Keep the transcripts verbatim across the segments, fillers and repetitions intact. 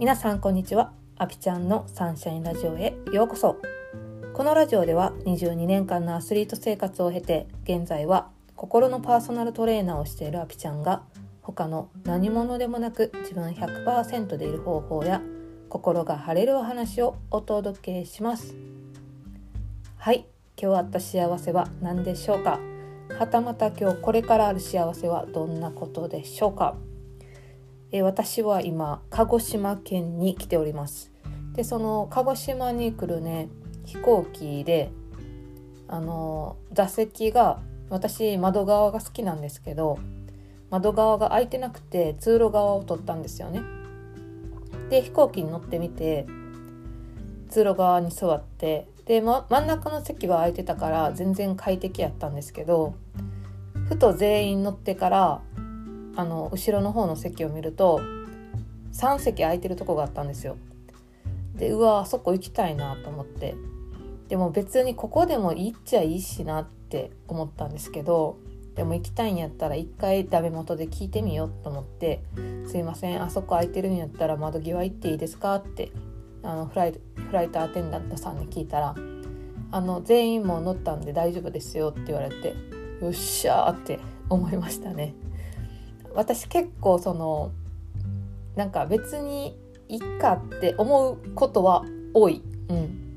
皆さんこんにちは。アピちゃんのサンシャインラジオへようこそ。このラジオではにじゅうにねんかんのアスリート生活を経て、現在は心のパーソナルトレーナーをしているアピちゃんが、他の何者でもなく自分 ひゃくパーセント でいる方法や心が晴れるお話をお届けします。はい、今日あった幸せは何でしょうか。はたまた今日これからある幸せはどんなことでしょうか。え私は今鹿児島県に来ております。でその鹿児島に来るね飛行機であの座席が、私窓側が好きなんですけど、窓側が空いてなくて通路側を取ったんですよね。で飛行機に乗ってみて通路側に座って、で、ま、真ん中の席は空いてたから全然快適やったんですけど、ふと全員乗ってからあの後ろの方の席を見るとさん席空いてるとこがあったんですよ。でうわあそこ行きたいなと思って、でも別にここでもいいっちゃいいしなって思ったんですけど、でも行きたいんやったら一回ダメ元で聞いてみようと思って、すいませんあそこ空いてるんやったら窓際行っていいですかってあのフライト、フライトアテンダントさんに聞いたら、あの全員もう乗ったんで大丈夫ですよって言われて、よっしゃーって思いましたね。私結構そのなんか別にいいかって思うことは多い、うん、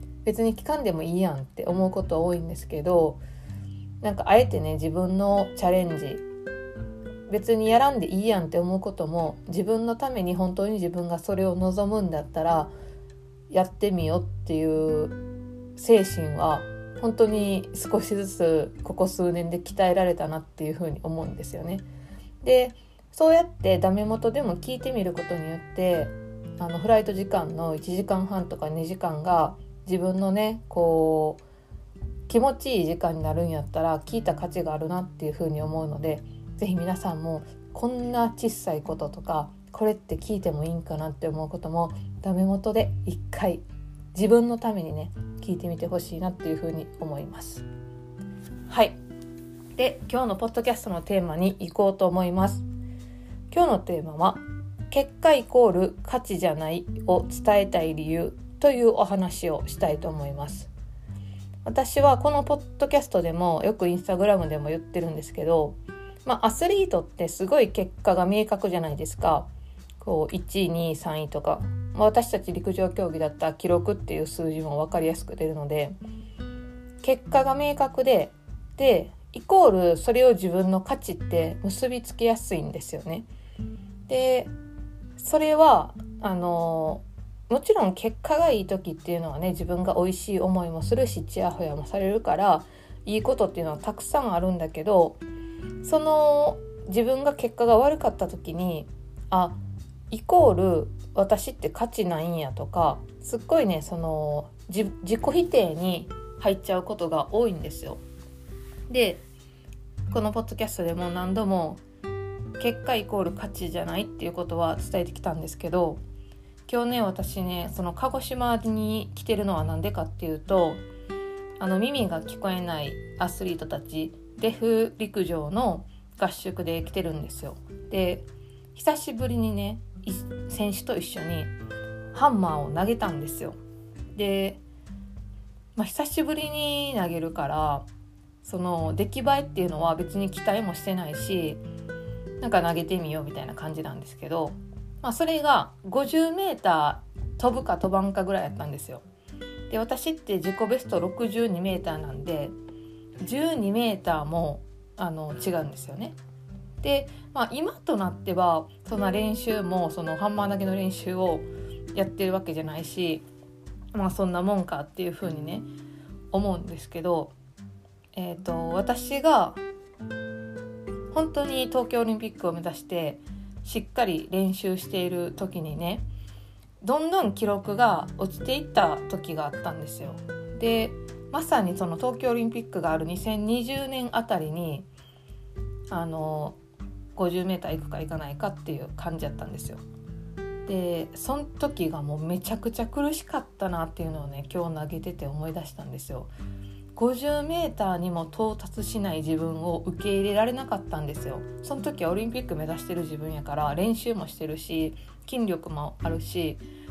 別に聞かんでもいいやんって思うことは多いんですけど、なんかあえてね自分のチャレンジ、別にやらんでいいやんって思うことも、自分のために本当に自分がそれを望むんだったらやってみようっていう精神は本当に少しずつここ数年で鍛えられたなっていうふうに思うんですよね。でそうやってダメ元でも聞いてみることによって、あのフライト時間のいちじかんはんとかにじかんが自分のねこう気持ちいい時間になるんやったら聞いた価値があるなっていうふうに思うので、ぜひ皆さんもこんな小さいこととか、これって聞いてもいいんかなって思うこともダメ元で一回自分のためにね聞いてみてほしいなっていうふうに思います。はい、で今日のポッドキャストのテーマに行こうと思います。今日のテーマは結果イコール価値じゃないを伝えたい理由というお話をしたいと思います。私はこのポッドキャストでもよくインスタグラムでも言ってるんですけど、まあ、アスリートってすごい結果が明確じゃないですか。こういちいにいさんいとか、まあ、私たち陸上競技だったら記録っていう数字も分かりやすく出るので、結果が明確ででイコールそれを自分の価値って結びつけやすいんですよね。でそれはあのもちろん結果がいい時っていうのはね、自分が美味しい思いもするしチヤホヤもされるからいいことっていうのはたくさんあるんだけど、その自分が結果が悪かった時に、あイコール私って価値ないんやとか、すっごいねその自, 自己否定に入っちゃうことが多いんですよ。でこのポッドキャストでも何度も結果イコール価値じゃないっていうことは伝えてきたんですけど、今日ね私ねその鹿児島に来てるのはなんでかっていうと、あの耳が聞こえないアスリートたち、デフ陸上の合宿で来てるんですよ。で久しぶりにね選手と一緒にハンマーを投げたんですよ。で、まあ、久しぶりに投げるからその出来栄えっていうのは別に期待もしてないし、なんか投げてみようみたいな感じなんですけど、まあ、それがごじゅうメーター飛ぶか飛ばんかぐらいやったんですよ。で私って自己ベストろくじゅうにメーターなんでじゅうにメーターもあの違うんですよね。で、まあ、今となってはそんな練習もそのハンマー投げの練習をやってるわけじゃないし、まあそんなもんかっていう風にね思うんですけど、えーと、私が本当に東京オリンピックを目指してしっかり練習している時にね、どんどん記録が落ちていった時があったんですよ。でまさにその東京オリンピックがあるにせんにじゅうねんあたりにあのごじゅうメーター行くか行かないかっていう感じだったんですよ。でその時がもうめちゃくちゃ苦しかったなっていうのをね今日投げてて思い出したんですよ。ごじゅうメーターにも到達しない自分を受け入れられなかったんですよ。その時はオリンピック目指してる自分やから練習もしてるし筋力もあるし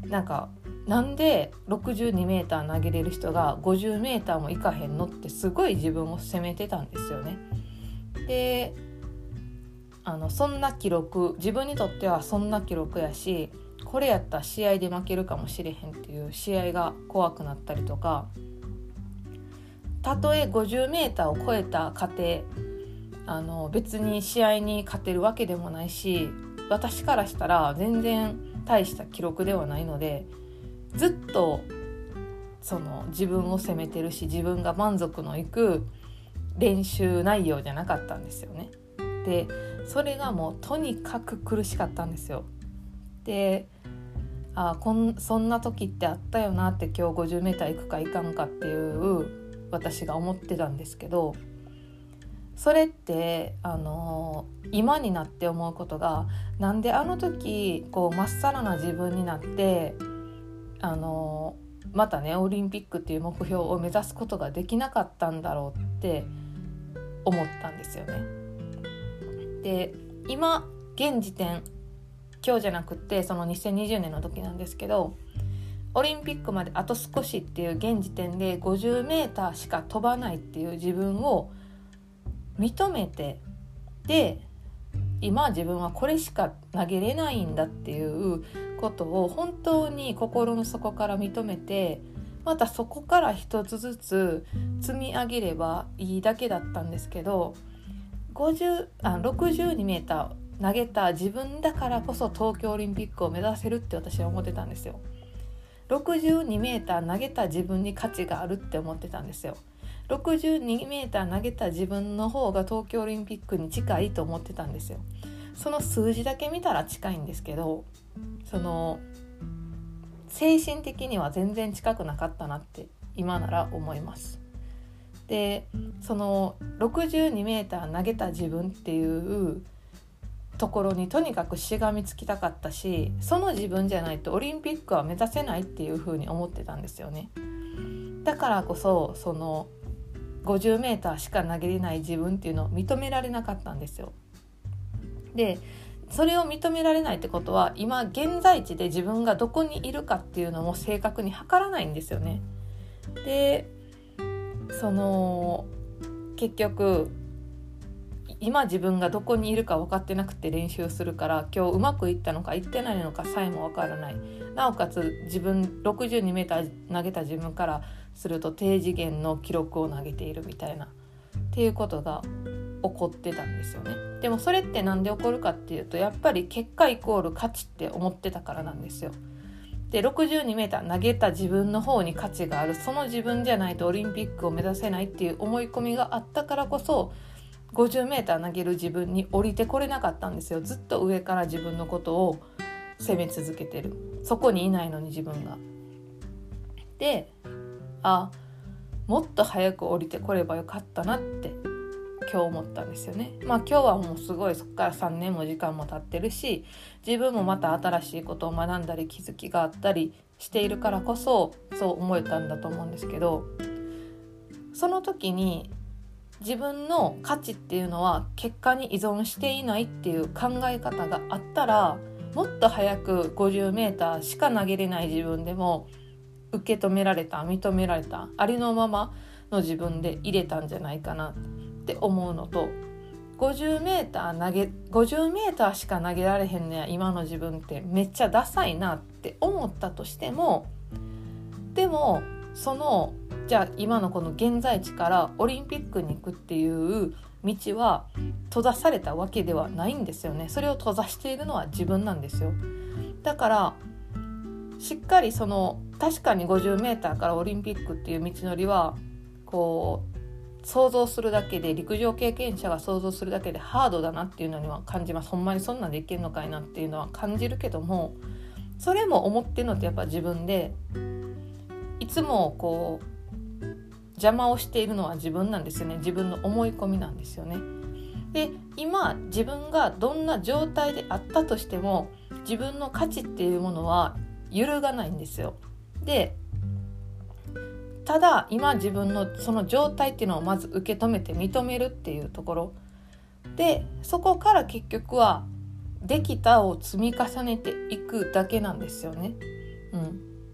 なんかなんでろくじゅうにメーター投げれる人がごじゅうメーターもいかへんのってすごい自分を責めてたんですよね。であのそんな記録、自分にとってはそんな記録やし、これやったら試合で負けるかもしれへんっていう試合が怖くなったりとか、たとえごじゅうメーターを超えた過程、あの別に試合に勝てるわけでもないし、私からしたら全然大した記録ではないので、ずっとその自分を責めてるし、自分が満足のいく練習内容じゃなかったんですよね。でそれがもうとにかく苦しかったんですよ。であこんそんな時ってあったよなって、今日 ごじゅうメーター 行くか行かんかっていう私が思ってたんですけど、それってあの今になって思うことが、なんであの時こうまっさらな自分になってあのまたねオリンピックっていう目標を目指すことができなかったんだろうって思ったんですよね。で今現時点、今日じゃなくてそのにせんにじゅうねんの時なんですけど、オリンピックまであと少しっていう現時点で ごじゅうメーター しか飛ばないっていう自分を認めて、で今自分はこれしか投げれないんだっていうことを本当に心の底から認めて、またそこから一つずつ積み上げればいいだけだったんですけど、ごじゅうあろくじゅうにメーター投げた自分だからこそ東京オリンピックを目指せるって私は思ってたんですよ。ろくじゅうにメーター投げた自分に価値があるって思ってたんですよ。ろくじゅうにメーター投げた自分の方が東京オリンピックに近いと思ってたんですよ。その数字だけ見たら近いんですけど、その精神的には全然近くなかったなって今なら思います。でそのろくじゅうにメーター投げた自分っていうところにとにかくしがみつきたかったし、その自分じゃないとオリンピックは目指せないっていう風に思ってたんですよね。だからこそそのごじゅうメーターしか投げれない自分っていうのを認められなかったんですよ。でそれを認められないってことは、今現在地で自分がどこにいるかっていうのも正確に測らないんですよね。でその結局今自分がどこにいるか分かってなくて練習するから、今日うまくいったのかいってないのかさえも分からない。なおかつ自分ろくじゅうにメーター投げた自分からすると低次元の記録を投げているみたいなっていうことが起こってたんですよね。でもそれってなんで起こるかっていうと、やっぱり結果イコール価値って思ってたからなんですよ。でろくじゅうにメーター投げた自分の方に価値がある、その自分じゃないとオリンピックを目指せないっていう思い込みがあったからこそ、ごじゅうメーター投げる自分に降りてこれなかったんですよ。ずっと上から自分のことを責め続けてる、そこにいないのに自分が。であもっと早く降りてこればよかったなって今日思ったんですよね。まあ今日はもうすごいそこからさんねんも時間も経ってるし、自分もまた新しいことを学んだり気づきがあったりしているからこそそう思えたんだと思うんですけど、その時に自分の価値っていうのは結果に依存していないっていう考え方があったら、もっと早く ごじゅうメーター しか投げれない自分でも受け止められた、認められた、ありのままの自分で入れたんじゃないかなって思うのと、ごじゅうメーター投げごじゅうメーターしか投げられへんのや今の自分ってめっちゃダサいなって思ったとしても、でもそのじゃあ今のこの現在地からオリンピックに行くっていう道は閉ざされたわけではないんですよね。それを閉ざしているのは自分なんですよ。だからしっかりその確かに ごじゅうメーター からオリンピックっていう道のりはこう想像するだけで、陸上経験者が想像するだけでハードだなっていうのには感じます。ほんまにそんなんでいけんのかいなっていうのは感じるけども、それも思ってるのってやっぱ自分で、いつもこう邪魔をしているのは自分なんですよね。自分の思い込みなんですよね。で今自分がどんな状態であったとしても自分の価値っていうものは揺るがないんですよ。でただ今自分のその状態っていうのをまず受け止めて認めるっていうところで、そこから結局はできたを積み重ねていくだけなんですよね。 うん、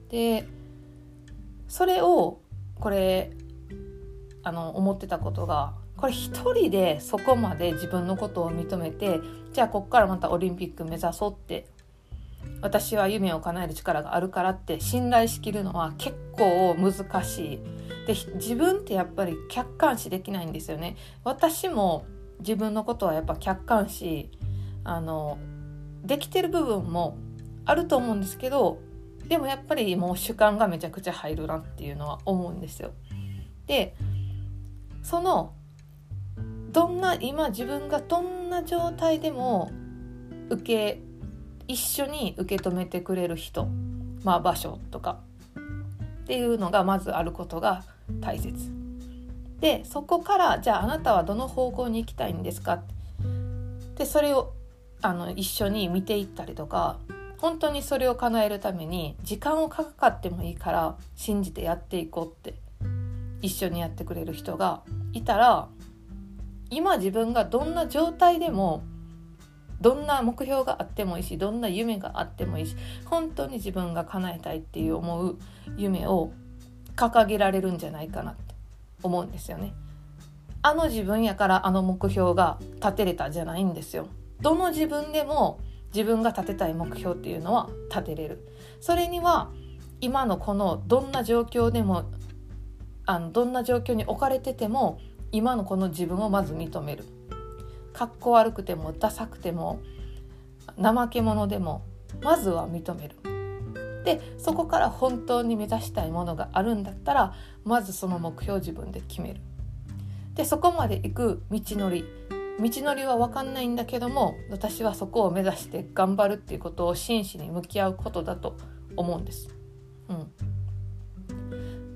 でそれをこれあの思ってたことが、これ一人でそこまで自分のことを認めて、じゃあこっからまたオリンピック目指そうって、私は夢を叶える力があるからって信頼しきるのは結構難しい。で、自分ってやっぱり客観視できないんですよね。私も自分のことはやっぱ客観視あのできてる部分もあると思うんですけど、でもやっぱりもう主観がめちゃくちゃ入るなっていうのは思うんですよ。で、そのどんな今自分がどんな状態でも受け一緒に受け止めてくれる人、まあ場所とかっていうのがまずあることが大切で、そこからじゃああなたはどの方向に行きたいんですかで、それをあの一緒に見ていったりとか、本当にそれを叶えるために時間をかかってもいいから信じてやっていこうって一緒にやってくれる人がいたら、今自分がどんな状態でもどんな目標があってもいいし、どんな夢があってもいいし、本当に自分が叶えたいっていう思う夢を掲げられるんじゃないかなって思うんですよね。あの自分やからあの目標が立てれたじゃないんですよ。どの自分でも自分が立てたい目標っていうのは立てれる。それには今のこのどんな状況でもあのどんな状況に置かれてても今のこの自分をまず認める。かっこ悪くてもダサくても怠け者でもまずは認める。でそこから本当に目指したいものがあるんだったらまずその目標を自分で決める。でそこまで行く道のり道のりは分かんないんだけども、私はそこを目指して頑張るっていうことを真摯に向き合うことだと思うんです、うん、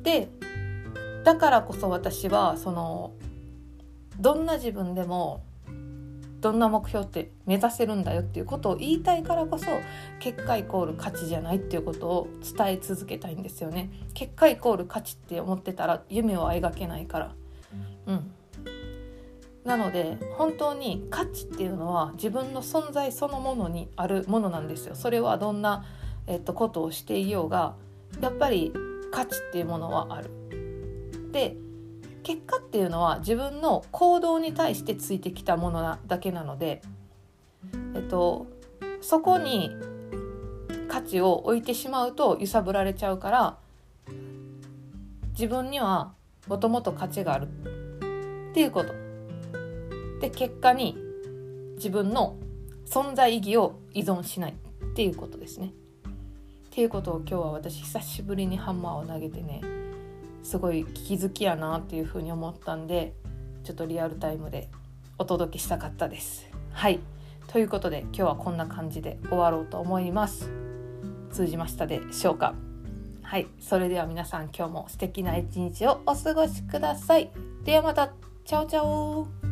でだからこそ私はそのどんな自分でもどんな目標って目指せるんだよっていうことを言いたいからこそ、結果イコール価値じゃないっていうことを伝え続けたいんですよね。結果イコール価値って思ってたら夢は描けないから、うん、なので本当に価値っていうのは自分の存在そのものにあるものなんですよ。それはどんな、えっと、ことをしていようがやっぱり価値っていうものはある。で結果っていうのは自分の行動に対してついてきたものなだけなので、えっと、そこに価値を置いてしまうと揺さぶられちゃうから、自分にはもともと価値があるっていうことで、結果に自分の存在意義を依存しないっていうことですね。っていうことを今日は私久しぶりにハンマーを投げてね、すごい気づきやなっていうふうに思ったんで、ちょっとリアルタイムでお届けしたかったです。はい、ということで今日はこんな感じで終わろうと思います。通じましたでしょうか。はい、それでは皆さん今日も素敵な一日をお過ごしください。ではまた。チャオチャオ。